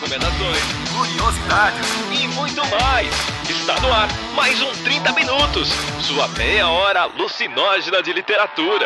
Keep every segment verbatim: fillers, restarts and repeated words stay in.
recomendações, curiosidades e muito mais. Está no ar mais um trinta minutos, sua meia hora alucinógena de literatura.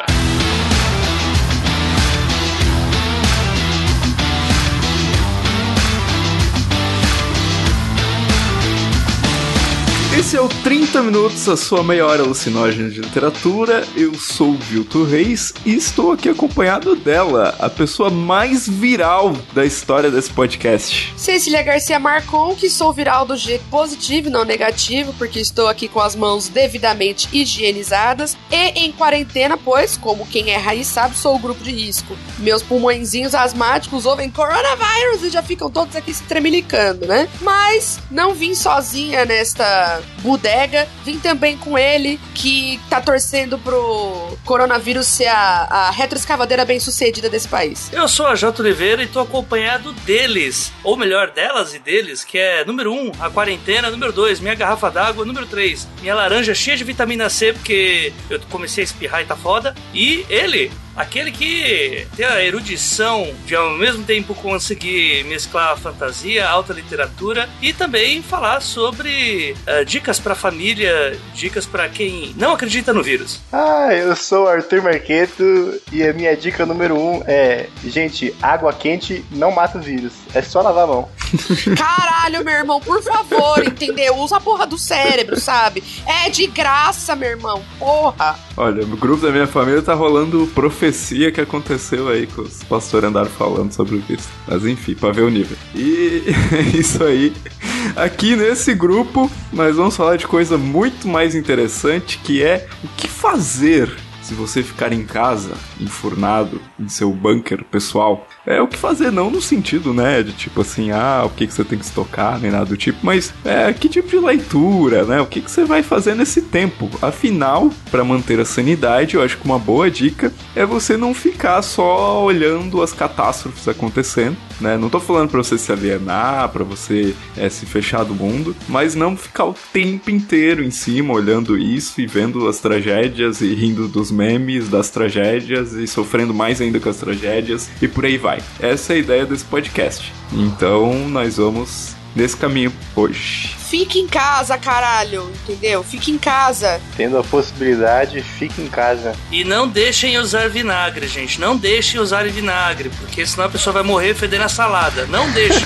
Esse é o trinta minutos, a sua meia hora alucinógena de literatura. Eu sou o Vilton Reis e estou aqui acompanhado dela, a pessoa mais viral da história desse podcast. Cecília Garcia Marcon, que sou viral do jeito positivo e não negativo, porque estou aqui com as mãos devidamente higienizadas e em quarentena, pois, como quem é raiz sabe, sou o grupo de risco. Meus pulmõezinhos asmáticos ouvem coronavírus e já ficam todos aqui se tremelicando, né? Mas não vim sozinha nesta bodega, vim também com ele, que tá torcendo pro coronavírus ser a, a retroescavadeira bem sucedida desse país. Eu sou a J. Oliveira e tô acompanhado deles, ou melhor, delas e deles, que é número um, a quarentena, número dois, minha garrafa d'água, número três, minha laranja cheia de vitamina C, porque eu comecei a espirrar e tá foda, e ele, aquele que tem a erudição de ao mesmo tempo conseguir mesclar a fantasia, a alta literatura e também falar sobre uh, dicas pra família, dicas pra quem não acredita no vírus. Ah, eu sou o Arthur Marqueto e a minha dica número um é: gente, água quente não mata o vírus, é só lavar a mão. Caralho, meu irmão, por favor, entendeu? Usa a porra do cérebro, sabe? É de graça, meu irmão, porra. Olha, no grupo da minha família tá rolando profecia que aconteceu aí, que os pastores andaram falando sobre o vírus. Mas enfim, pra ver o nível. E é isso aí. Aqui nesse grupo, nós vamos falar de coisa muito mais interessante, que é o que fazer se você ficar em casa, enfurnado em seu bunker pessoal. É o que fazer, não no sentido, né, de tipo assim, ah, o que, que você tem que estocar, nem nada do tipo, mas é, que tipo de leitura, né, o que, que você vai fazer nesse tempo. Afinal, para manter a sanidade, eu acho que uma boa dica é você não ficar só olhando as catástrofes acontecendo, né, não tô falando pra você se alienar, pra você é, se fechar do mundo, mas não ficar o tempo inteiro em cima olhando isso e vendo as tragédias e rindo dos memes das tragédias e sofrendo mais ainda com as tragédias e por aí vai. Essa é a ideia desse podcast. Então, nós vamos nesse caminho hoje. Fique em casa, caralho, entendeu? Fique em casa. Tendo a possibilidade, fique em casa. E não deixem usar vinagre, gente. Não deixem usar vinagre, porque senão a pessoa vai morrer fedendo a salada. Não deixem.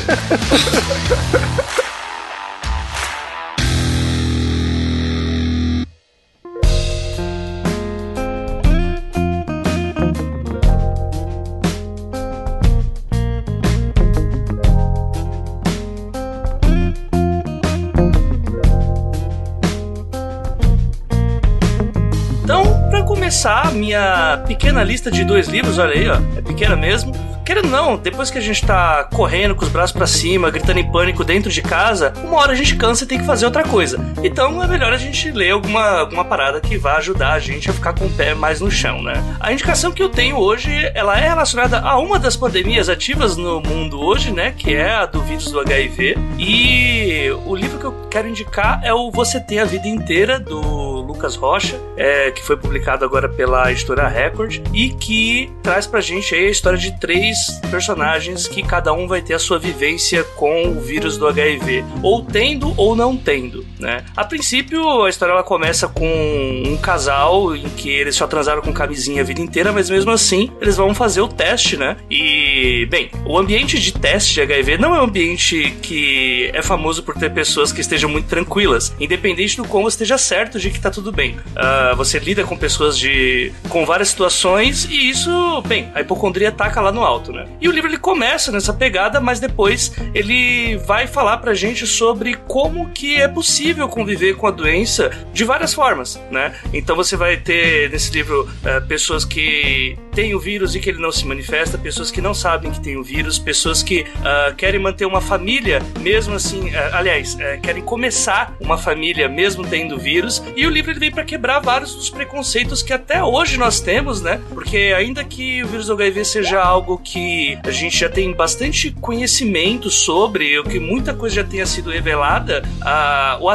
A minha pequena lista de dois livros, olha aí, ó, é pequena mesmo. Querendo não, depois que a gente tá correndo com os braços pra cima, gritando em pânico dentro de casa, uma hora a gente cansa e tem que fazer outra coisa. Então é melhor a gente ler alguma, alguma parada que vá ajudar a gente a ficar com o pé mais no chão, né? A indicação que eu tenho hoje, ela é relacionada a uma das pandemias ativas no mundo hoje, né? Que é a do vírus do H I V. E o livro que eu quero indicar é o Você Tem a Vida Inteira, do Lucas Rocha, é, que foi publicado agora pela editora Record e que traz pra gente aí a história de três personagens que cada um vai ter a sua vivência com o vírus do H I V, ou tendo ou não tendo, né? A princípio, a história ela começa com um casal em que eles só transaram com camisinha a vida inteira, mas mesmo assim, eles vão fazer o teste, né? E, bem, o ambiente de teste de H I V não é um ambiente que é famoso por ter pessoas que estejam muito tranquilas, independente do como esteja certo de que tá tudo bem. Uh, você lida com pessoas de com várias situações e isso, bem, a hipocondria taca lá no alto, né? E o livro ele começa nessa pegada, mas depois ele vai falar pra gente sobre como que é possível conviver com a doença de várias formas, né? Então você vai ter nesse livro uh, pessoas que têm o vírus e que ele não se manifesta, pessoas que não sabem que tem o vírus, pessoas que uh, querem manter uma família mesmo assim, uh, aliás, uh, querem começar uma família mesmo tendo o vírus, e o livro ele vem pra quebrar vários dos preconceitos que até hoje nós temos, né? Porque ainda que o vírus do H I V seja algo que a gente já tem bastante conhecimento sobre, ou que muita coisa já tenha sido revelada, uh, o,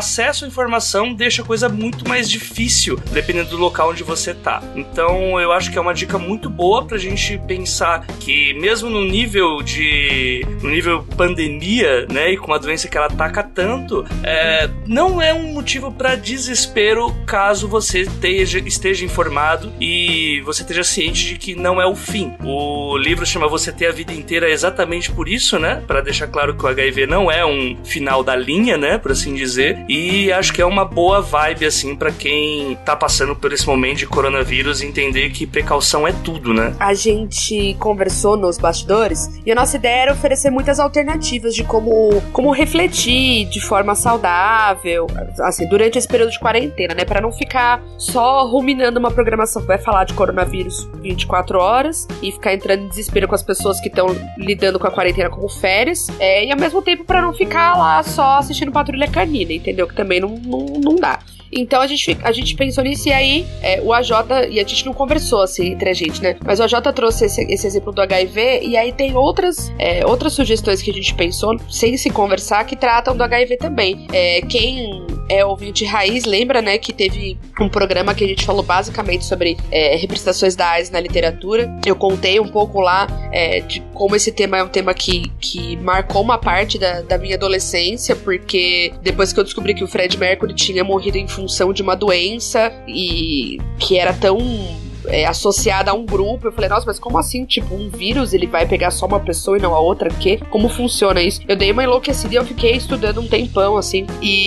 acesso à informação deixa a coisa muito mais difícil, dependendo do local onde você tá. Então, eu acho que é uma dica muito boa pra gente pensar que, mesmo no nível de... no nível pandemia, né, e com uma doença que ela ataca tanto, é, não é um motivo pra desespero caso você esteja, esteja informado e você esteja ciente de que não é o fim. O livro chama Você Ter a Vida Inteira exatamente por isso, né, pra deixar claro que o H I V não é um final da linha, né, por assim dizer, e acho que é uma boa vibe, assim, pra quem tá passando por esse momento de coronavírus entender que precaução é tudo, né? A gente conversou nos bastidores e a nossa ideia era oferecer muitas alternativas de como, como refletir de forma saudável, assim, durante esse período de quarentena, né, pra não ficar só ruminando uma programação que vai falar de coronavírus vinte e quatro horas e ficar entrando em desespero com as pessoas que estão lidando com a quarentena como férias, é, e ao mesmo tempo pra não ficar lá só assistindo Patrulha Canina, entendeu? Que também não, não, não dá. Então a gente, a gente pensou nisso e aí é, o A J, e a gente não conversou assim entre a gente, né? Mas o A J trouxe esse, esse exemplo do H I V e aí tem outras, é, outras sugestões que a gente pensou, sem se conversar, que tratam do H I V também. É, quem é ouvinte raiz lembra, né, que teve um programa que a gente falou basicamente sobre é, representações da AIDS na literatura. Eu contei um pouco lá é, de como esse tema é um tema que, que marcou uma parte da, da minha adolescência, porque depois que eu descobri que o Fred Mercury tinha morrido em função de uma doença e que era tão é, associada a um grupo, eu falei, nossa, mas como assim? Tipo, um vírus, ele vai pegar só uma pessoa e não a outra? Que? Como funciona isso? Eu dei uma enlouquecida e eu fiquei estudando um tempão, assim,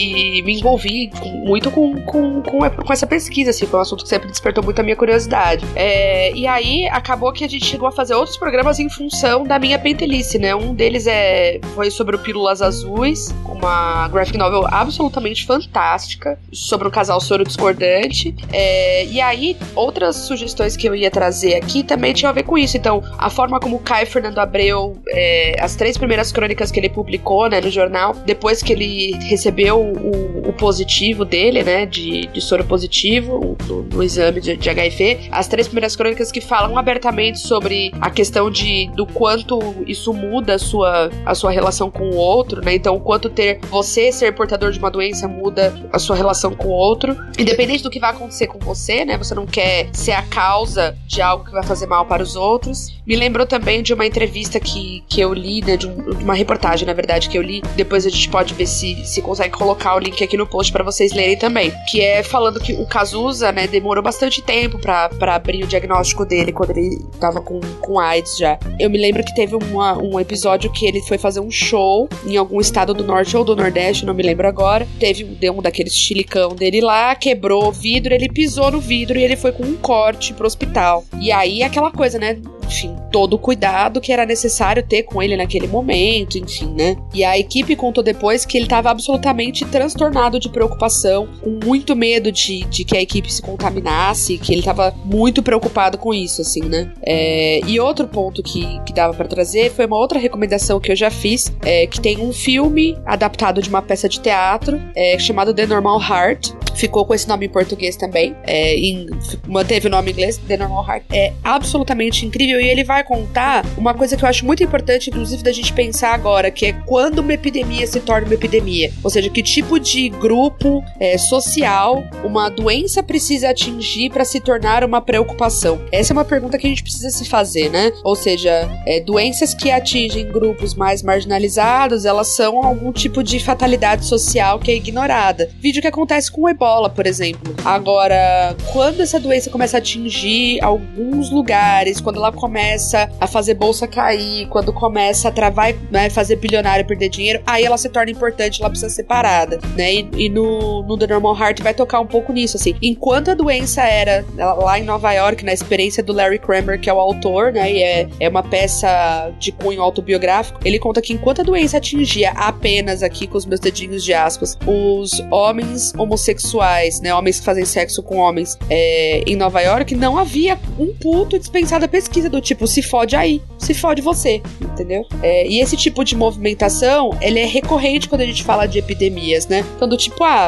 e me envolvi muito com, com, com, com essa pesquisa, assim, foi um assunto que sempre despertou muito a minha curiosidade. É, e aí, acabou que a gente chegou a fazer outros programas em função da minha pentelice, né? Um deles é, foi sobre o Pílulas Azuis, uma graphic novel absolutamente fantástica, sobre um casal soro discordante. É, e aí, outras sugestões que eu ia trazer aqui também tinham a ver com isso. Então, a forma como o Caio Fernando Abreu, é, as três primeiras crônicas que ele publicou, né, no jornal, depois que ele recebeu o, o positivo dele, né, de, de soro positivo no, no exame de, de H I V, as três primeiras crônicas que falam abertamente sobre a questão de, do quanto isso muda a sua, a sua relação com o outro, né, então o quanto ter você ser portador de uma doença muda a sua relação com o outro, independente do que vai acontecer com você, né, você não quer ser a causa de algo que vai fazer mal para os outros. Me lembrou também de uma entrevista que, que eu li, né, de, um, de uma reportagem, na verdade, que eu li, depois a gente pode ver se, se consegue colocar o link aqui no post para vocês lerem também, que é falando que o Cazuza, né, demorou bastante tempo pra, pra abrir o diagnóstico dele quando ele tava com, com AIDS já. Eu me lembro que teve uma, um episódio que ele foi fazer um show em algum estado do norte ou do nordeste, não me lembro agora, teve deu um daqueles chilicão dele lá, quebrou o vidro, ele pisou no vidro e ele foi com um corte pro hospital. E aí aquela coisa, né, enfim, todo o cuidado que era necessário ter com ele naquele momento, enfim, né? E a equipe contou depois que ele estava absolutamente transtornado de preocupação, com muito medo de, de que a equipe se contaminasse, que ele estava muito preocupado com isso, assim, né? É, e outro ponto que, que dava para trazer foi uma outra recomendação que eu já fiz, é, que tem um filme adaptado de uma peça de teatro, é, chamado The Normal Heart, ficou com esse nome em português também, é, em, manteve o nome em inglês, The Normal Heart, é absolutamente incrível. E ele vai contar uma coisa que eu acho muito importante, inclusive, da gente pensar agora, que é quando uma epidemia se torna uma epidemia. Ou seja, que tipo de grupo é, social uma doença precisa atingir para se tornar uma preocupação. Essa é uma pergunta que a gente precisa se fazer, né? Ou seja, é, doenças que atingem grupos mais marginalizados, elas são algum tipo de fatalidade social que é ignorada. Vídeo que acontece com o ebola, por exemplo. Agora, quando essa doença começa a atingir alguns lugares, quando ela começa a fazer bolsa cair, quando começa a travar, né, fazer bilionário perder dinheiro, aí ela se torna importante, ela precisa ser parada, né? E, e no, no The Normal Heart vai tocar um pouco nisso, assim. Enquanto a doença era lá em Nova York, na experiência do Larry Kramer, que é o autor, né? E é, é uma peça de cunho autobiográfico, ele conta que enquanto a doença atingia apenas, aqui com os meus dedinhos de aspas, os homens homossexuais, né? Homens que fazem sexo com homens é, em Nova York, não havia um puto dispensado a pesquisa do tipo, se fode aí, se fode você, entendeu? É, e esse tipo de movimentação, ele é recorrente quando a gente fala de epidemias, né? Então, do tipo, ah,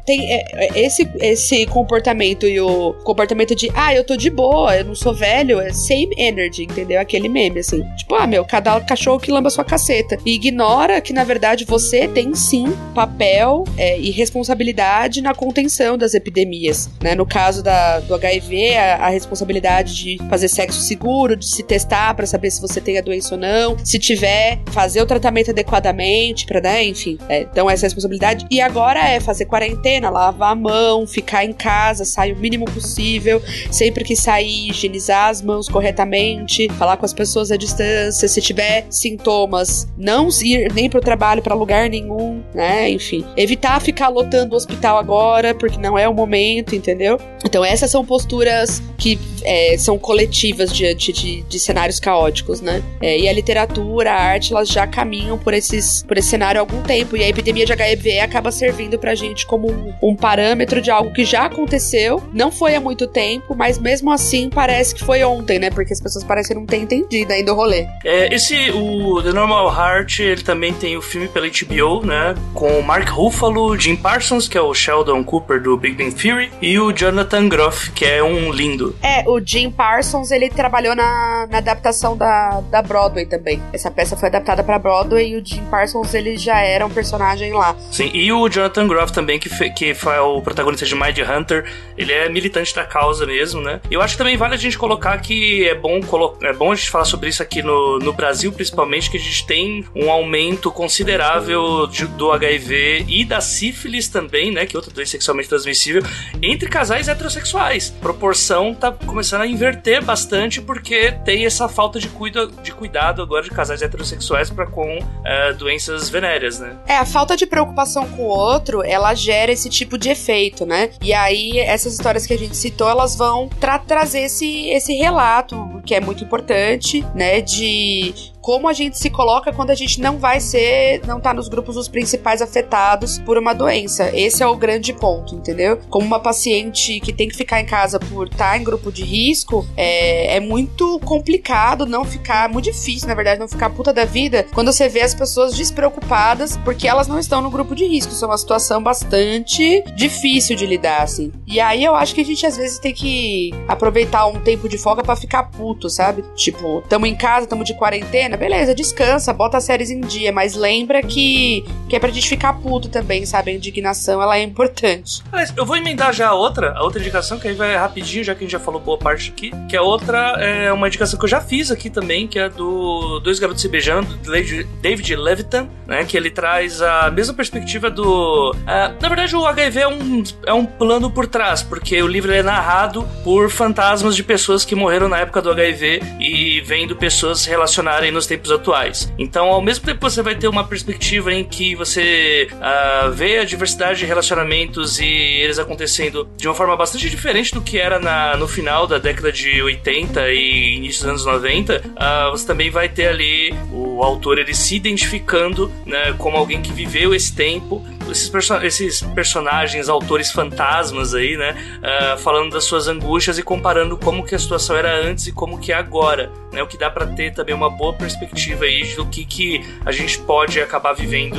tem é, esse, esse comportamento e o comportamento de, ah, eu tô de boa, eu não sou velho, é same energy, entendeu? Aquele meme, assim. Tipo, ah, meu, cada cachorro que lamba sua caceta. E ignora que, na verdade, você tem, sim, papel é, e responsabilidade na contenção das epidemias, né? No caso da, do H I V, a, a responsabilidade de fazer sexo seguro, de se testar pra saber se você tem a doença ou não, se tiver, fazer o tratamento adequadamente, pra, né, enfim. É, então, essa é a responsabilidade. E agora é fazer quarentena, lavar a mão, ficar em casa, sair o mínimo possível, sempre que sair, higienizar as mãos corretamente, falar com as pessoas à distância, se tiver sintomas, não ir nem pro trabalho, pra lugar nenhum, né, enfim. Evitar ficar lotando o hospital agora, porque não é o momento, entendeu? Então essas são posturas que é, são coletivas diante de, de cenários caóticos, né? É, e a literatura, a arte, elas já caminham por, esses, por esse cenário há algum tempo, e a epidemia de H I V acaba servindo pra gente como um, um parâmetro de algo que já aconteceu, não foi há muito tempo, mas mesmo assim parece que foi ontem, né? Porque as pessoas parecem não ter entendido ainda o rolê. É, esse, o The Normal Heart, ele também tem o filme pela H B O, né? Com o Mark Ruffalo, Jim Parsons, que é o Sheldon Cooper do Big Bang Theory, e o Jonathan Groff, que é um lindo. É, o Jim Parsons, ele trabalhou na, na adaptação da, da Broadway também. Essa peça foi adaptada pra Broadway e o Jim Parsons, ele já era um personagem lá. Sim, e o Jonathan Groff também, que, fe, que foi o protagonista de Mindhunter, ele é militante da causa mesmo, né? Eu acho que também vale a gente colocar que é bom, colo- é bom a gente falar sobre isso aqui no, no Brasil, principalmente, que a gente tem um aumento considerável de, do H I V e da sífilis também, né? Que é outra doença sexualmente transmissível, entre casais heterossexuais. A proporção tá começando a inverter bastante porque tem essa falta de, cuida, de cuidado agora de casais heterossexuais para com uh, doenças venéreas, né? É, a falta de preocupação com o outro, ela gera esse tipo de efeito, né? E aí, essas histórias que a gente citou, elas vão tra- trazer esse, esse relato, que é muito importante, né? De como a gente se coloca quando a gente não vai ser, não tá nos grupos os principais afetados por uma doença. Esse é o grande ponto, entendeu? Como uma paciente que tem que ficar em casa por estar em grupo de risco, é, é muito complicado não ficar, muito difícil, na verdade, não ficar puta da vida quando você vê as pessoas despreocupadas porque elas não estão no grupo de risco. Isso é uma situação bastante difícil de lidar, assim. E aí eu acho que a gente às vezes tem que aproveitar um tempo de folga pra ficar puto, sabe? Tipo, tamo em casa, tamo de quarentena, beleza, descansa, bota as séries em dia, mas lembra que, que é pra gente ficar puto também, sabe? A indignação, ela é importante. Mas eu vou emendar já a outra, a outra indicação, que aí vai rapidinho, já que a gente já falou boa parte aqui, que a outra é uma indicação que eu já fiz aqui também, que é do Dois Garotos Se Beijando, do David Levitan, né? Que ele traz a mesma perspectiva do... Uh, na verdade, o H I V é um, é um plano por trás, porque o livro é narrado por fantasmas de pessoas que morreram na época do H I V e vendo pessoas se relacionarem nos tempos atuais. Então, ao mesmo tempo, você vai ter uma perspectiva em que você uh, vê a diversidade de relacionamentos e eles acontecendo de uma forma bastante diferente do que era na, no final da década de oitenta e início dos anos noventa, uh, você também vai ter ali o autor ele se identificando, né, como alguém que viveu esse tempo, esses, perso- esses personagens, autores fantasmas aí, né, uh, falando das suas angústias e comparando como que a situação era antes e como que é agora, né, o que dá pra ter também uma boa perspectiva aí do que, que a gente pode acabar vivendo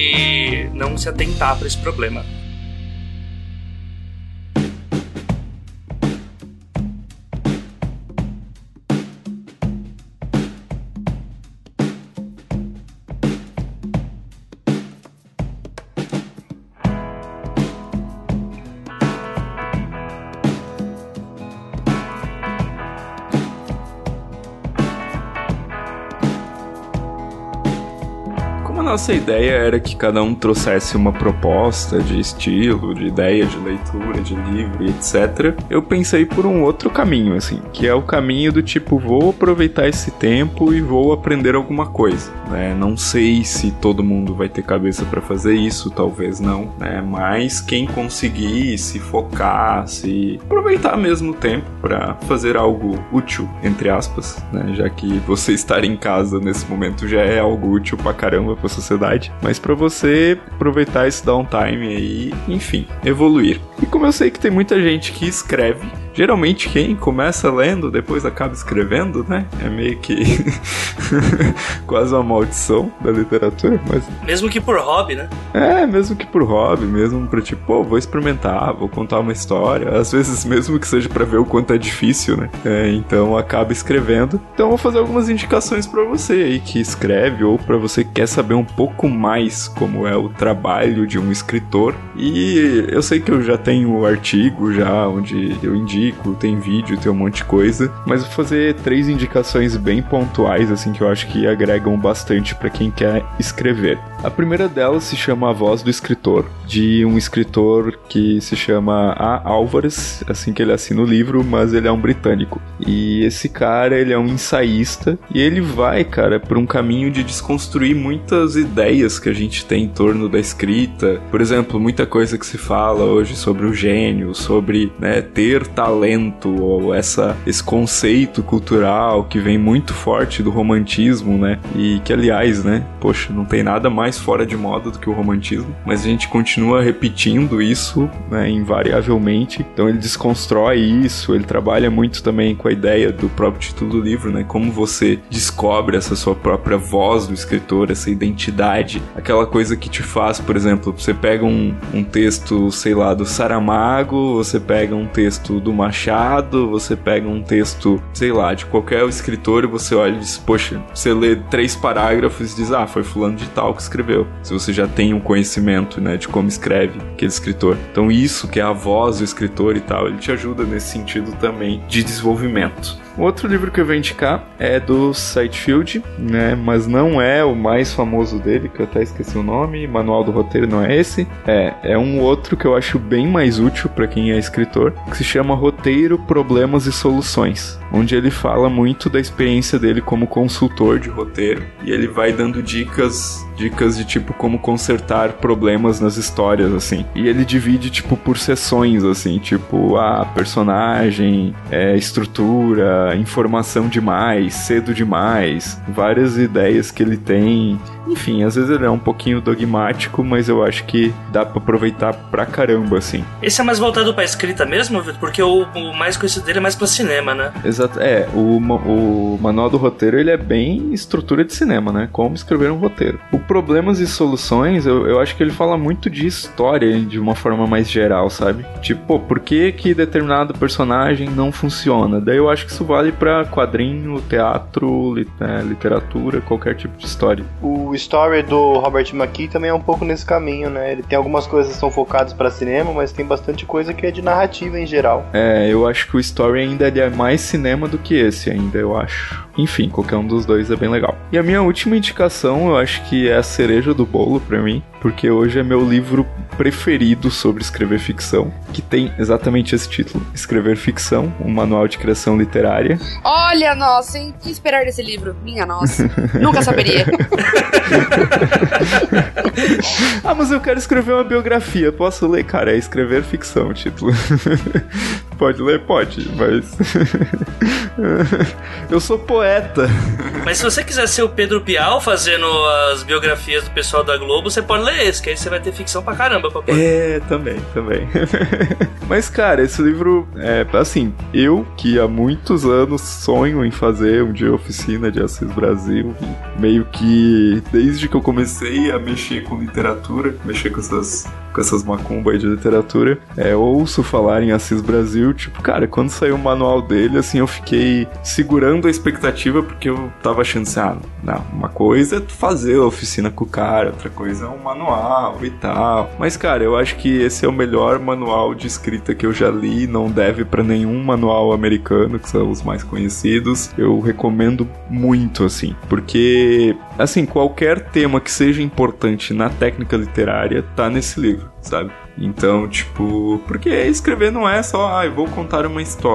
se não se atentar para esse problema. Nossa ideia era que cada um trouxesse uma proposta de estilo, de ideia de leitura, de livro, etcétera. Eu pensei por um outro caminho, assim, que é o caminho do tipo, vou aproveitar esse tempo e vou aprender alguma coisa, né? Não sei se todo mundo vai ter cabeça pra fazer isso, talvez não, né? Mas quem conseguir se focar, se aproveitar mesmo o tempo pra fazer algo útil, entre aspas, né? Já que você estar em casa nesse momento já é algo útil pra caramba pra sociedade, mas pra você aproveitar esse downtime aí, enfim, evoluir. E como eu sei que tem muita gente que escreve, Geralmente quem começa lendo, depois acaba escrevendo, né? É meio que quase uma maldição da literatura, mas... Mesmo que por hobby, né? É, mesmo que por hobby, mesmo pra tipo, pô, vou experimentar, vou contar uma história. Às vezes mesmo que seja pra ver o quanto é difícil, né? É, então acaba escrevendo. Então vou fazer algumas indicações pra você aí que escreve ou pra você que quer saber um pouco mais como é o trabalho de um escritor. E eu sei que eu já tenho artigo já, onde eu indico, tem vídeo, tem um monte de coisa, mas vou fazer três indicações bem pontuais, assim, que eu acho que agregam bastante pra quem quer escrever. A primeira delas se chama A Voz do Escritor, de um escritor que se chama A. Álvares, assim que ele assina o livro, mas ele é um britânico. E esse cara, ele é um ensaísta, e ele vai, cara, por um caminho de desconstruir muitas ideias que a gente tem em torno da escrita. Por exemplo, muita coisa que se fala hoje sobre o gênio, sobre, né, ter talento, ou essa, esse conceito cultural que vem muito forte do romantismo, né? E que, aliás, né, poxa, não tem nada mais fora de moda do que o romantismo, mas a gente continua repetindo isso, né, invariavelmente. Então ele desconstrói isso, ele trabalha muito também com a ideia do próprio título do livro, né, como você descobre essa sua própria voz do escritor, essa identidade, aquela coisa que te faz, por exemplo, você pega um, um texto, sei lá, do Saramago, você pega um texto do Machado, você pega um texto, sei lá, de qualquer escritor e você olha e diz, poxa, você lê três parágrafos e diz, ah, foi fulano de tal que escreveu. Se você já tem um conhecimento, né, de como escreve aquele escritor. Então isso que é a voz do escritor e tal, ele te ajuda nesse sentido também de desenvolvimento. O outro livro que eu vou indicar é do Sightfield, né, mas não é o mais famoso dele, que eu até esqueci o nome, Manual do Roteiro não é esse. É, é um outro que eu acho bem mais útil para quem é escritor, que se chama Roteiro, Problemas e Soluções, onde ele fala muito da experiência dele como consultor de roteiro, e ele vai dando dicas dicas de tipo como consertar problemas nas histórias, assim. E ele divide tipo por sessões, assim, tipo a personagem, é, estrutura, informação demais, cedo demais, várias ideias que ele tem. Enfim, às vezes ele é um pouquinho dogmático, mas eu acho que dá pra aproveitar pra caramba, assim. Esse é mais voltado pra escrita mesmo, porque o, o mais conhecido dele é mais pra cinema, né? Exato, é, o, o Manual do Roteiro, ele é bem estrutura de cinema, né? Como escrever um roteiro. O Problemas e Soluções, eu, eu acho que ele fala muito de história, de uma forma mais geral, sabe? Tipo, pô, por que que determinado personagem não funciona? Daí eu acho que isso vale pra quadrinho, teatro, lit- é, literatura, qualquer tipo de história. O Story do Robert McKee também é um pouco nesse caminho, né? Ele tem algumas coisas que são focadas pra cinema, mas tem bastante coisa que é de narrativa em geral. É, eu acho que o Story ainda é mais cinema do que esse ainda, eu acho. Enfim, qualquer um dos dois é bem legal. E a minha última indicação, eu acho que é a cereja do bolo pra mim, porque hoje é meu livro preferido sobre escrever ficção, que tem exatamente esse título, Escrever Ficção, um manual de criação literária. Olha, nossa, hein? O que esperar desse livro? Minha nossa. Nunca saberia. Ah, mas eu quero escrever uma biografia. Posso ler? Cara, é Escrever Ficção o título. Pode ler? Pode, mas... eu sou poeta. Mas se você quiser ser o Pedro Bial fazendo as biografias do pessoal da Globo, você pode ler esse, que aí você vai ter ficção pra caramba pra poder. É, também, também. Mas, cara, esse livro, é assim, eu que há muitos anos sonho em fazer um dia oficina de Assis Brasil, meio que desde que eu comecei a mexer com literatura, mexer com essas, com essas macumbas aí de literatura, é, ouço falar em Assis Brasil, tipo, cara, quando saiu o manual dele, assim, eu fiquei segurando a expectativa, porque eu tava achando assim, ah, não, uma coisa é fazer a oficina com o cara, outra coisa é um manual e tal. Mas, cara, eu acho que esse é o melhor manual de escrita que eu já li, não deve pra nenhum manual americano, que são os mais conhecidos. Eu recomendo muito, assim, porque, assim, qualquer tema que seja importante na técnica literária tá nesse livro, sabe? Então, tipo, porque escrever não é só, ah, eu vou contar uma história.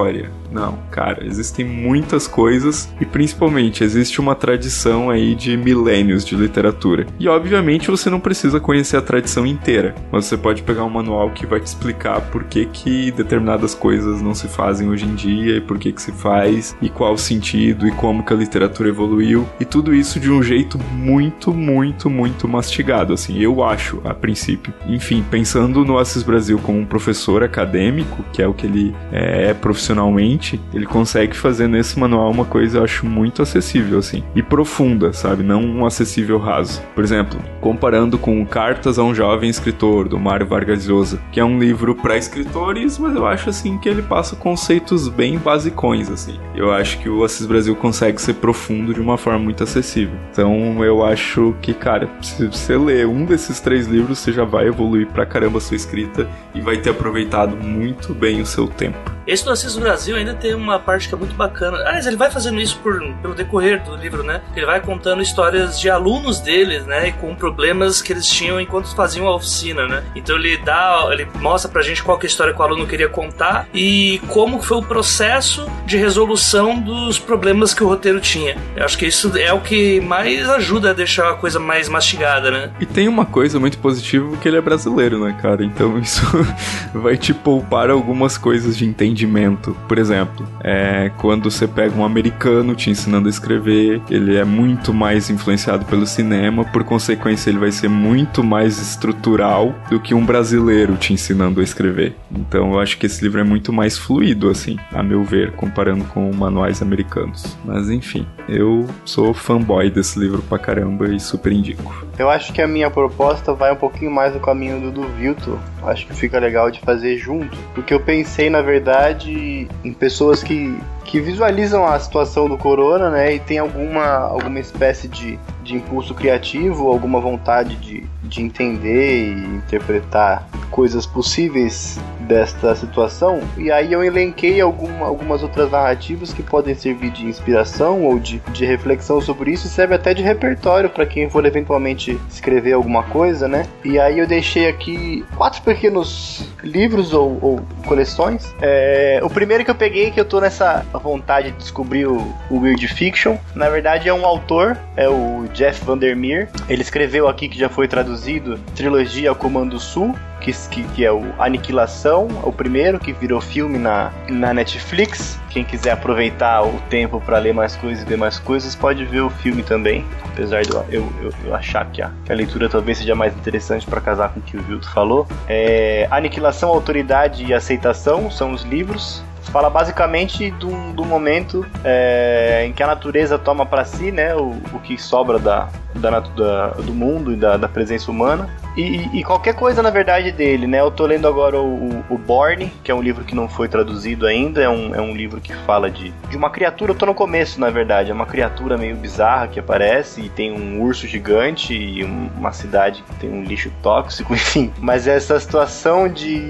Não, cara, existem muitas coisas e principalmente existe uma tradição aí de milênios de literatura. E obviamente você não precisa conhecer a tradição inteira, mas você pode pegar um manual que vai te explicar por que que determinadas coisas não se fazem hoje em dia e por que que se faz e qual o sentido e como que a literatura evoluiu e tudo isso de um jeito muito, muito, muito mastigado, assim, eu acho, a princípio. Enfim, pensando no Assis Brasil como um professor acadêmico, que é o que ele é profissionalmente, ele consegue fazer nesse manual uma coisa, eu acho, muito acessível, assim, e profunda, sabe? Não um acessível raso. Por exemplo, comparando com Cartas a um Jovem Escritor, do Mário Vargas Llosa, que é um livro para escritores, mas eu acho, assim, que ele passa conceitos bem basicões, assim. Eu acho que o Assis Brasil consegue ser profundo de uma forma muito acessível. Então, eu acho que, cara, se você ler um desses três livros, você já vai evoluir pra caramba a sua escrita e vai ter aproveitado muito bem o seu tempo. Esse do Assis Brasil ainda tem uma parte que é muito bacana. Aliás, ele vai fazendo isso por, pelo decorrer do livro, né? Ele vai contando histórias de alunos deles, né? E com problemas que eles tinham enquanto faziam a oficina, né? Então ele dá, ele mostra pra gente qual que é a história que o aluno queria contar e como foi o processo de resolução dos problemas que o roteiro tinha. Eu acho que isso é o que mais ajuda a deixar a coisa mais mastigada, né? E tem uma coisa muito positiva que ele é brasileiro, né, cara? Então isso vai te poupar algumas coisas de entendimento. Por exemplo, é, quando você pega um americano te ensinando a escrever, ele é muito mais influenciado pelo cinema, por consequência ele vai ser muito mais estrutural do que um brasileiro te ensinando a escrever. Então eu acho que esse livro é muito mais fluido, assim, a meu ver, comparando com manuais americanos. Mas enfim, eu sou fanboy desse livro pra caramba e super indico. Eu acho que a minha proposta vai um pouquinho mais no caminho do do Vilto. Acho que fica legal de fazer junto, porque eu pensei, na verdade, em pessoas que, que visualizam a situação do corona, né, e tem alguma, alguma espécie de, de impulso criativo, alguma vontade de, de entender e interpretar coisas possíveis desta situação, e aí eu elenquei alguma, algumas outras narrativas que podem servir de inspiração ou de, de reflexão sobre isso, e serve até de repertório para quem for eventualmente escrever alguma coisa, né? E aí eu deixei aqui quatro pequenos livros ou, ou coleções. É, o primeiro que eu peguei, que eu tô nessa vontade de descobrir o, o Weird Fiction, na verdade é um autor, é o Jeff Vandermeer. Ele escreveu aqui, que já foi traduzido, trilogia Comando Sul, Que, que, que é o Aniquilação, o primeiro, que virou filme na, na Netflix. Quem quiser aproveitar o tempo para ler mais coisas e ver mais coisas, pode ver o filme também. Apesar de eu, eu, eu, eu achar que a, que a leitura talvez seja mais interessante para casar com o que o Vilto falou. É, Aniquilação, Autoridade e Aceitação são os livros. Fala basicamente do, do momento é, em que a natureza toma para si, né, o, o que sobra da, da, da, do mundo e da, da presença humana. E, e qualquer coisa, na verdade, dele, né? Eu tô lendo agora o, o Borne, que é um livro que não foi traduzido ainda. É um, é um livro que fala de, de uma criatura. Eu tô no começo, na verdade. É uma criatura meio bizarra que aparece e tem um urso gigante e um, uma cidade que tem um lixo tóxico, enfim. Mas essa situação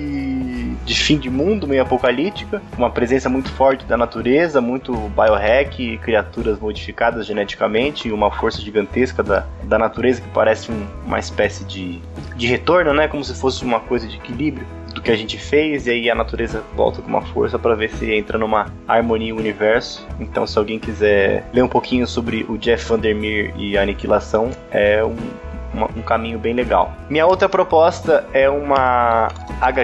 de, de fim de mundo, meio apocalíptica, uma presença muito forte da natureza, muito biohack, criaturas modificadas geneticamente e uma força gigantesca da, da natureza que parece um, uma espécie de de retorno, né? Como se fosse uma coisa de equilíbrio do que a gente fez, e aí a natureza volta com uma força para ver se entra numa harmonia o universo. Então, se alguém quiser ler um pouquinho sobre o Jeff Vandermeer e a Aniquilação, é um, uma, um caminho bem legal. Minha outra proposta é uma H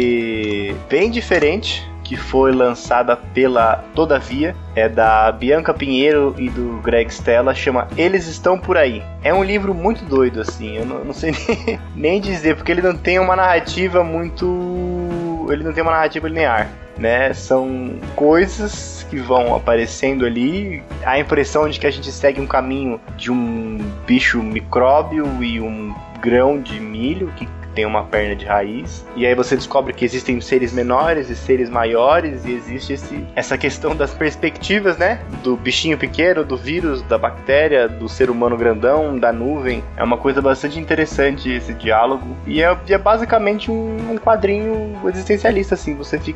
Q bem diferente, que foi lançada pela Todavia, é da Bianca Pinheiro e do Greg Stella, chama Eles Estão Por Aí. É um livro muito doido, assim, eu não, não sei nem, nem dizer, porque ele não tem uma narrativa muito... ele não tem uma narrativa linear, né? São coisas que vão aparecendo ali, a impressão de que a gente segue um caminho de um bicho micróbio e um grão de milho que tem uma perna de raiz, e aí você descobre que existem seres menores e seres maiores, e existe esse, essa questão das perspectivas, né, do bichinho pequeno, do vírus, da bactéria, do ser humano grandão, da nuvem. É uma coisa bastante interessante esse diálogo, e é, é basicamente um, um quadrinho existencialista, assim, você fica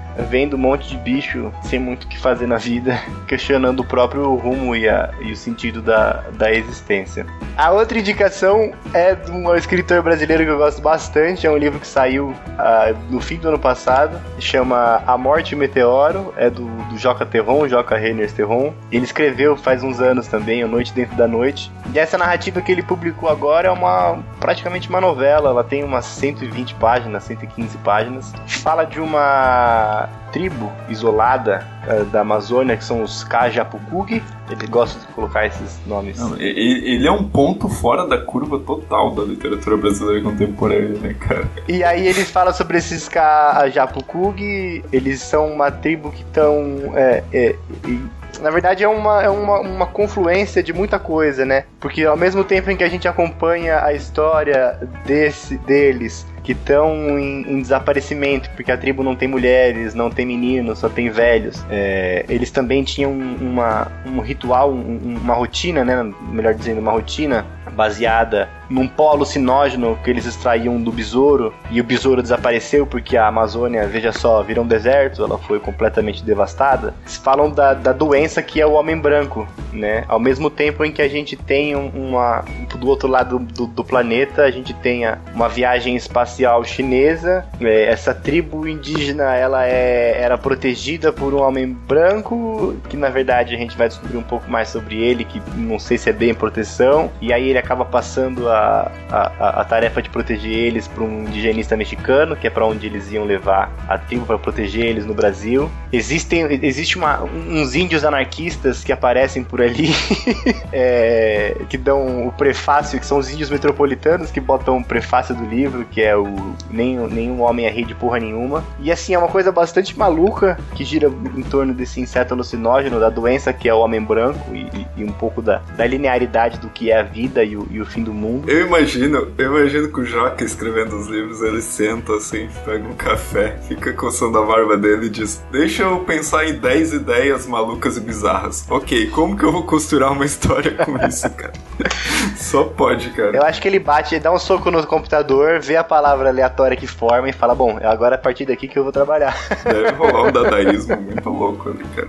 vendo um monte de bicho sem muito o que fazer na vida, questionando o próprio rumo e, a, e o sentido da, da existência. A outra indicação é de um escritor brasileiro que eu gosto bastante, é um livro que saiu uh, no fim do ano passado, chama A Morte e o Meteoro, é do, do Joca Terron, Joca Reyners Terron. Ele escreveu faz uns anos também, A Noite Dentro da Noite, e essa narrativa que ele publicou agora é uma, praticamente uma novela, ela tem umas cento e vinte páginas, cento e quinze páginas, fala de uma tribo isolada uh, da Amazônia, que são os Kajapukugi. Ele gosta de colocar esses nomes. Não, ele é um ponto fora da curva total da literatura brasileira contemporânea, né, cara? E aí ele fala sobre esses Kajapukugi. Eles são uma tribo que estão... É, é, na verdade é, uma, é uma, uma confluência de muita coisa, né? Porque ao mesmo tempo em que a gente acompanha a história desse, deles, que estão em, em desaparecimento, porque a tribo não tem mulheres, não tem meninos, só tem velhos. É, eles também tinham uma, um ritual, um, uma rotina, né? Melhor dizendo, uma rotina baseada num pó alucinógeno que eles extraíam do besouro, e o besouro desapareceu porque a Amazônia, veja só, virou um deserto, ela foi completamente devastada. Eles falam da, da doença que é o homem branco, né? Ao mesmo tempo em que a gente tem uma... do outro lado do, do planeta, a gente tem uma viagem espacial chinesa. É, essa tribo indígena, ela é, era protegida por um homem branco, que na verdade a gente vai descobrir um pouco mais sobre ele, que não sei se é bem proteção, e aí ele acaba passando a A, a, a tarefa de proteger eles para um indigenista mexicano, que é para onde eles iam levar a tribo para proteger eles no Brasil. Existem existe uma, uns índios anarquistas que aparecem por ali, é, que dão o prefácio, que são os índios metropolitanos que botam o prefácio do livro, que é o nem, nenhum homem é rei de porra nenhuma. E assim, é uma coisa bastante maluca que gira em torno desse inseto alucinógeno, da doença que é o homem branco, e, e um pouco da, da linearidade do que é a vida e o, e o fim do mundo. Eu imagino, eu imagino que o Joca escrevendo os livros, ele senta assim, pega um café, fica coçando a barba dele e diz: deixa eu pensar em dez ideias malucas e bizarras. Ok, como que eu vou costurar uma história com isso, cara? Só pode, cara. Eu acho que ele bate, dá um soco no computador, vê a palavra aleatória que forma e fala: bom, agora é a partir daqui que eu vou trabalhar. Deve rolar um dadaísmo muito louco ali, cara.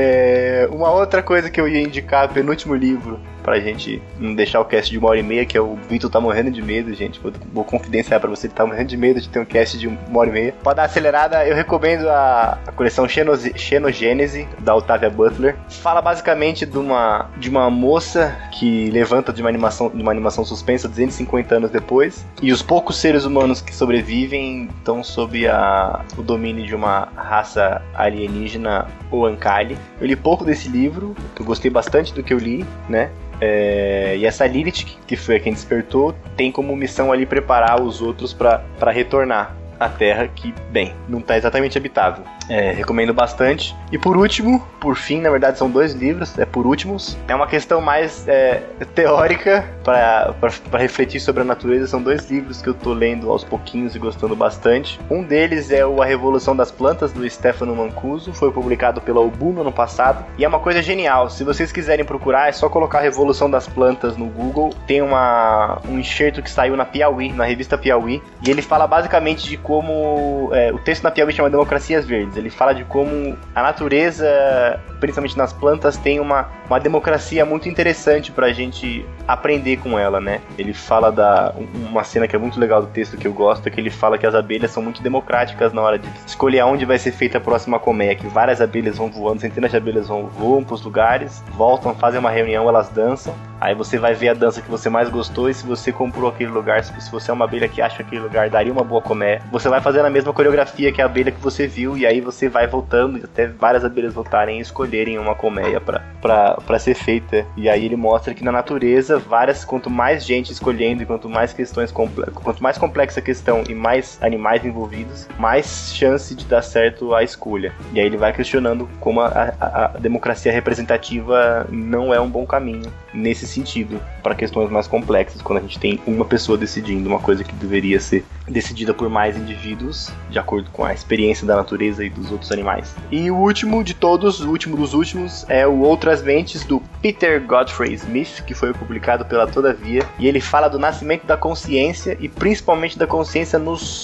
É, uma outra coisa que eu ia indicar, penúltimo livro, pra gente não deixar o cast de uma hora e meia, que é o Vitor tá morrendo de medo, gente. Vou, vou confidenciar pra você, ele tá morrendo de medo de ter um cast de uma hora e meia. Pra dar acelerada, eu recomendo a, a coleção Xenos, Xenogênese, da Octavia Butler. Fala basicamente de uma, de uma moça que levanta de uma, animação, de uma animação suspensa duzentos e cinquenta anos depois, e os poucos seres humanos que sobrevivem estão sob a, o domínio de uma raça alienígena, o Ankali. Eu li pouco desse livro, eu gostei bastante do que eu li, né? É, e essa Lilith, que foi a quem despertou, tem como missão ali preparar os outros para retornar à Terra, que, bem, não está exatamente habitável. É, recomendo bastante. E por último, por fim, na verdade são dois livros, é por últimos. É uma questão mais é, teórica para refletir sobre a natureza. São dois livros que eu tô lendo aos pouquinhos e gostando bastante. Um deles é o A Revolução das Plantas, do Stefano Mancuso. Foi publicado pela Ubu no ano passado. E é uma coisa genial. Se vocês quiserem procurar, é só colocar Revolução das Plantas no Google. Tem uma, um enxerto que saiu na Piauí, na revista Piauí. E ele fala basicamente de como... É, o texto na Piauí chama Democracias Verdes. Ele fala de como a natureza, principalmente nas plantas, tem uma, uma democracia muito interessante pra gente aprender com ela, né? Ele fala da... Uma cena que é muito legal do texto que eu gosto, é que ele fala que as abelhas são muito democráticas na hora de escolher aonde vai ser feita a próxima colmeia, que várias abelhas vão voando, centenas de abelhas vão voam pros lugares, voltam, fazem uma reunião, elas dançam. Aí você vai ver a dança que você mais gostou, e se você comprou aquele lugar, se você é uma abelha que acha que aquele lugar daria uma boa colmeia, você vai fazendo a mesma coreografia que a abelha que você viu, e aí você vai voltando, até várias abelhas voltarem e escolherem uma colmeia pra, pra, pra ser feita. E aí ele mostra que na natureza, várias, quanto mais gente escolhendo, e quanto mais questões comple- quanto mais complexa a questão e mais animais envolvidos, mais chance de dar certo a escolha. E aí ele vai questionando como a, a, a democracia representativa não é um bom caminho nesse sentido, para questões mais complexas, quando a gente tem uma pessoa decidindo uma coisa que deveria ser decidida por mais indivíduos, de acordo com a experiência da natureza e dos outros animais. E o último de todos, o último dos últimos, é o Outras Mentes, do Peter Godfrey Smith, que foi publicado pela Todavia, e ele fala do nascimento da consciência, e principalmente da consciência nos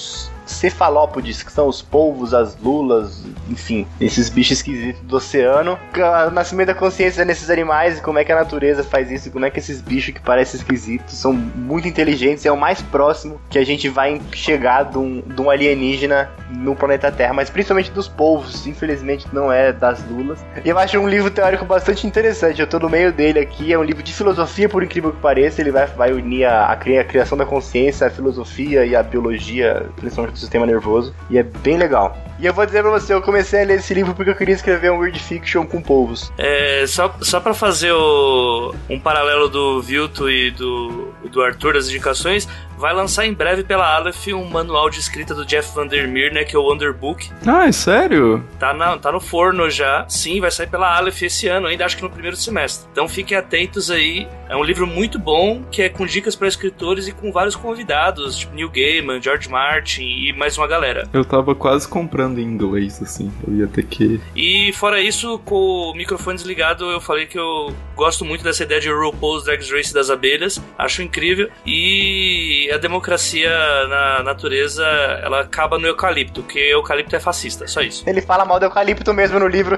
cefalópodes, que são os polvos, as lulas, enfim, esses bichos esquisitos do oceano. O nascimento da consciência nesses animais e como é que a natureza faz isso, como é que esses bichos que parecem esquisitos são muito inteligentes, é o mais próximo que a gente vai chegar de um, de um alienígena no planeta Terra, mas principalmente dos polvos, infelizmente não é das lulas. E eu acho um livro teórico bastante interessante, eu tô no meio dele aqui, é um livro de filosofia, por incrível que pareça, ele vai, vai unir a, a criação da consciência, a filosofia e a biologia, principalmente do sistema nervoso, e é bem legal. E eu vou dizer pra você, eu comecei a ler esse livro porque eu queria escrever um weird fiction com polvos. É, só, só pra fazer o, um paralelo do Vilto e do, do Arthur, das indicações, vai lançar em breve pela Aleph um manual de escrita do Jeff Vandermeer, né, que é o Underbook. Ah, é sério? Tá, na, tá no forno já. Sim, vai sair pela Aleph esse ano, ainda acho que no primeiro semestre. Então fiquem atentos aí. É um livro muito bom, que é com dicas para escritores e com vários convidados, tipo Neil Gaiman, George Martin e mais uma galera. Eu tava quase comprando em inglês, assim. Eu ia ter que... E fora isso, com o microfone desligado, eu falei que eu gosto muito dessa ideia de RuPaul's Drag Race das abelhas. Acho incrível. E a democracia na natureza, ela acaba no eucalipto, porque eucalipto é fascista, só isso. Ele fala mal do eucalipto mesmo no livro.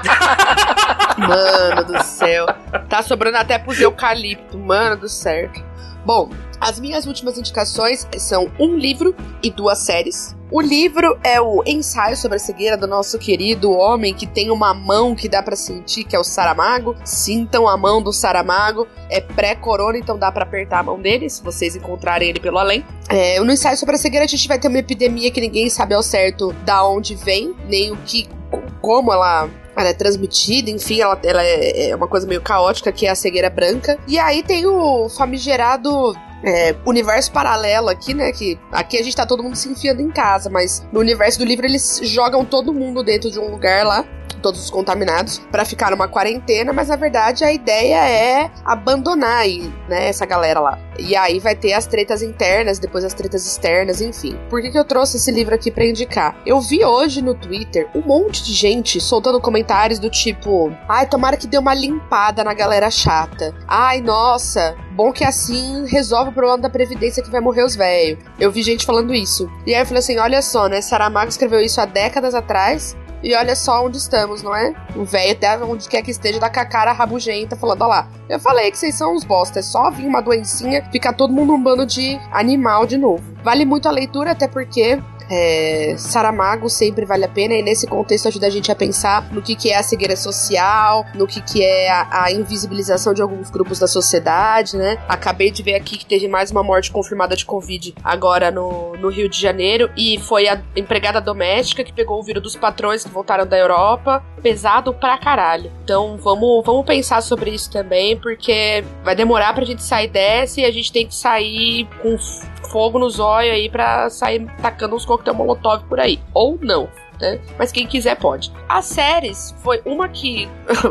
Mano do céu. Tá sobrando até pros eucalipto, mano do céu. Bom, as minhas últimas indicações são um livro e duas séries. O livro é o Ensaio sobre a Cegueira do nosso querido homem que tem uma mão que dá pra sentir, que é o Saramago. Sintam a mão do Saramago. É pré-corona, então dá pra apertar a mão dele, se vocês encontrarem ele pelo além. É, no Ensaio sobre a Cegueira a gente vai ter uma epidemia que ninguém sabe ao certo da onde vem, nem o que, como ela... Ela é transmitida, enfim, ela, ela é, é uma coisa meio caótica, que é a cegueira branca. E aí tem o famigerado é, universo paralelo aqui, né? Que aqui a gente tá todo mundo se enfiando em casa, mas no universo do livro eles jogam todo mundo dentro de um lugar lá, todos os contaminados, pra ficar numa quarentena, mas na verdade a ideia é abandonar aí, né, essa galera lá. E aí vai ter as tretas internas, depois as tretas externas, enfim. Por que que eu trouxe esse livro aqui pra indicar? Eu vi hoje no Twitter um monte de gente soltando comentários do tipo: ai, tomara que dê uma limpada na galera chata. Ai, nossa, bom que assim resolve o problema da Previdência que vai morrer os velhos. Eu vi gente falando isso. E aí eu falei assim, olha só, né, Saramago escreveu isso há décadas atrás, e olha só onde estamos, não é? O velho até onde quer que esteja da cara rabugenta falando, ó lá, eu falei que vocês são uns bosta, é só vir uma doencinha, ficar todo mundo um bando de animal de novo. Vale muito a leitura, até porque É, Saramago sempre vale a pena, e nesse contexto ajuda a gente a pensar no que, que é a cegueira social, no que, que é a, a invisibilização de alguns grupos da sociedade, né? Acabei de ver aqui que teve mais uma morte confirmada de Covid agora no, no Rio de Janeiro, e foi a empregada doméstica que pegou o vírus dos patrões que voltaram da Europa. Pesado pra caralho. Então vamos, vamos pensar sobre isso também, porque vai demorar pra gente sair dessa, e a gente tem que sair com fogo nos olhos aí pra sair tacando uns coquetel molotov por aí. Ou não, né? Mas quem quiser pode. As séries foi uma que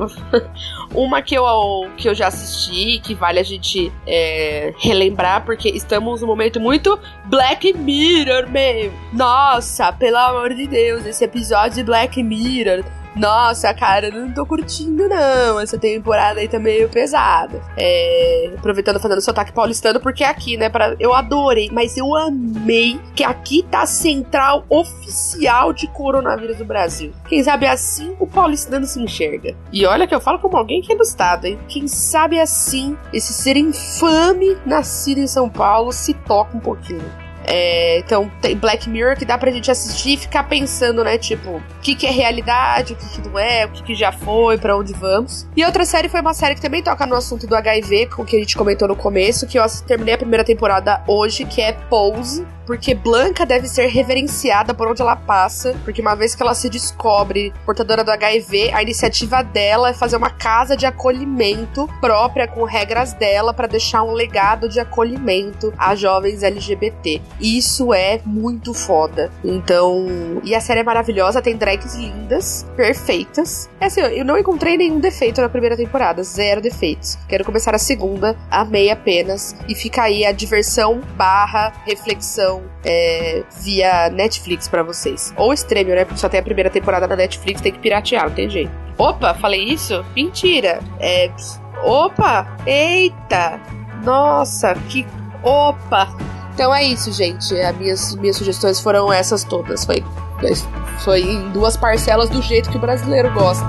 uma que eu, que eu já assisti, que vale a gente é, relembrar, porque estamos num momento muito Black Mirror, meu. Nossa, pelo amor de Deus, esse episódio de Black Mirror, nossa, cara, eu não tô curtindo não. Essa temporada aí tá meio pesada. É, aproveitando, fazendo sotaque paulistano, porque é aqui, né, pra, eu adorei, mas eu amei que aqui tá a central oficial de coronavírus do Brasil. Quem sabe assim o paulistano se enxerga. E olha que eu falo como alguém que é do estado, hein? Quem sabe assim esse ser infame nascido em São Paulo se toca um pouquinho. É, então tem Black Mirror que dá pra gente assistir e ficar pensando, né, tipo, o que que é realidade, o que que não é, o que que já foi, pra onde vamos. E outra série foi uma série que também toca no assunto do H I V, com o que a gente comentou no começo, que eu terminei a primeira temporada hoje, que é Pose, porque Blanca deve ser reverenciada por onde ela passa, porque uma vez que ela se descobre portadora do H I V, a iniciativa dela é fazer uma casa de acolhimento própria, com regras dela, pra deixar um legado de acolhimento a jovens L G B T. Isso é muito foda. Então, e a série é maravilhosa, tem drags lindas, perfeitas. É assim, eu não encontrei nenhum defeito na primeira temporada, zero defeitos. Quero começar a segunda, amei apenas, e fica aí a diversão barra reflexão é, via Netflix pra vocês. Ou Stremio, né, porque só tem a primeira temporada na Netflix, tem que piratear, não tem jeito. Opa, falei isso? Mentira. É, opa, eita, nossa, que... Opa, Então é isso, gente. As minhas, minhas sugestões foram essas todas. Foi, foi em duas parcelas do jeito que o brasileiro gosta.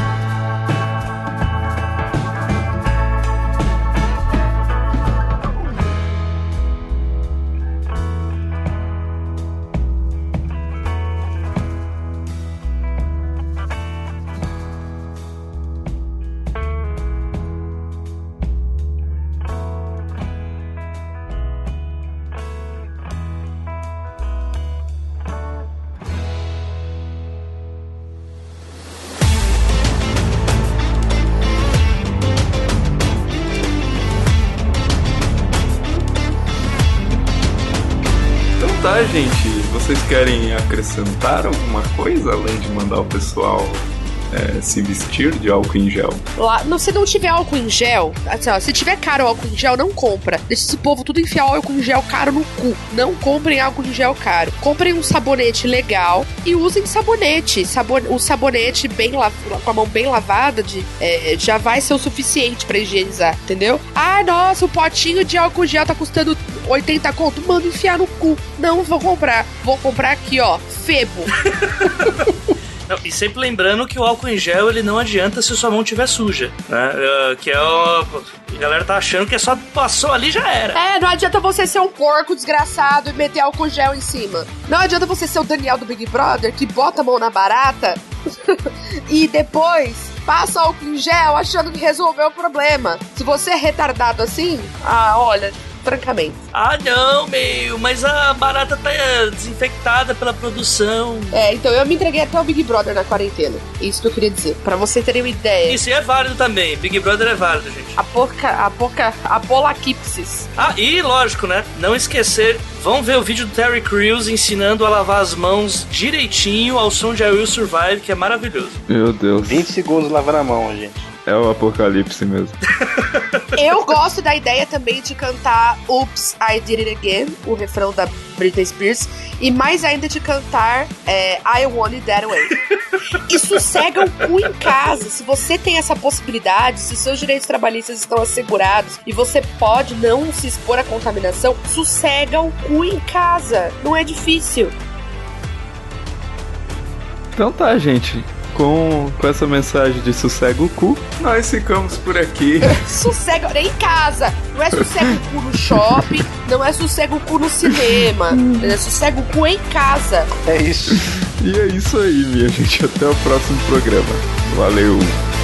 Tá, gente, vocês querem acrescentar alguma coisa além de mandar o pessoal é, se vestir de álcool em gel? Lá, não, se não tiver álcool em gel, assim, ó, se tiver caro álcool em gel, não compra. Deixa esse povo tudo enfiar álcool em gel caro no cu. Não comprem álcool em gel caro. Comprem um sabonete legal e usem sabonete. Sabon o sabonete bem la com a mão bem lavada de, é, já vai ser o suficiente pra higienizar, entendeu? Ah, nossa, o potinho de álcool em gel tá custando oitenta conto. Manda enfiar no cu. Não vou comprar. Vou comprar aqui, ó, Febo. Não, e sempre lembrando que o álcool em gel ele não adianta se sua mão estiver suja, né? Uh, que é o... A galera tá achando que é só passou ali já era. É, não adianta você ser um porco desgraçado e meter álcool em gel em cima. Não adianta você ser o Daniel do Big Brother que bota a mão na barata e depois passa álcool em gel achando que resolveu o problema. Se você é retardado assim, ah, olha... francamente. Ah, não, meu, mas a barata tá desinfectada pela produção. É, então eu me entreguei até o Big Brother na quarentena. Isso que eu queria dizer, pra você terem uma ideia. Isso é válido também, Big Brother é válido, gente. A porca, a porca, a polaquipsis. Ah, e lógico, né, não esquecer, vão ver o vídeo do Terry Crews ensinando a lavar as mãos direitinho ao som de I Will Survive, que é maravilhoso. Meu Deus. vinte segundos lavando a mão, gente. É o apocalipse mesmo. Eu gosto da ideia também de cantar Oops, I Did It Again, o refrão da Britney Spears, e mais ainda de cantar é, I Want It That Way. E sossega o cu em casa. Se você tem essa possibilidade, se seus direitos trabalhistas estão assegurados e você pode não se expor à contaminação, sossega o cu em casa. Não é difícil. Então tá, gente. Com, com essa mensagem de sossega o cu, nós ficamos por aqui. Sossega em casa. Não é sossega o cu no shopping, não é sossega o cu no cinema. É sossega o cu em casa. É isso. E é isso aí, minha gente. Até o próximo programa. Valeu.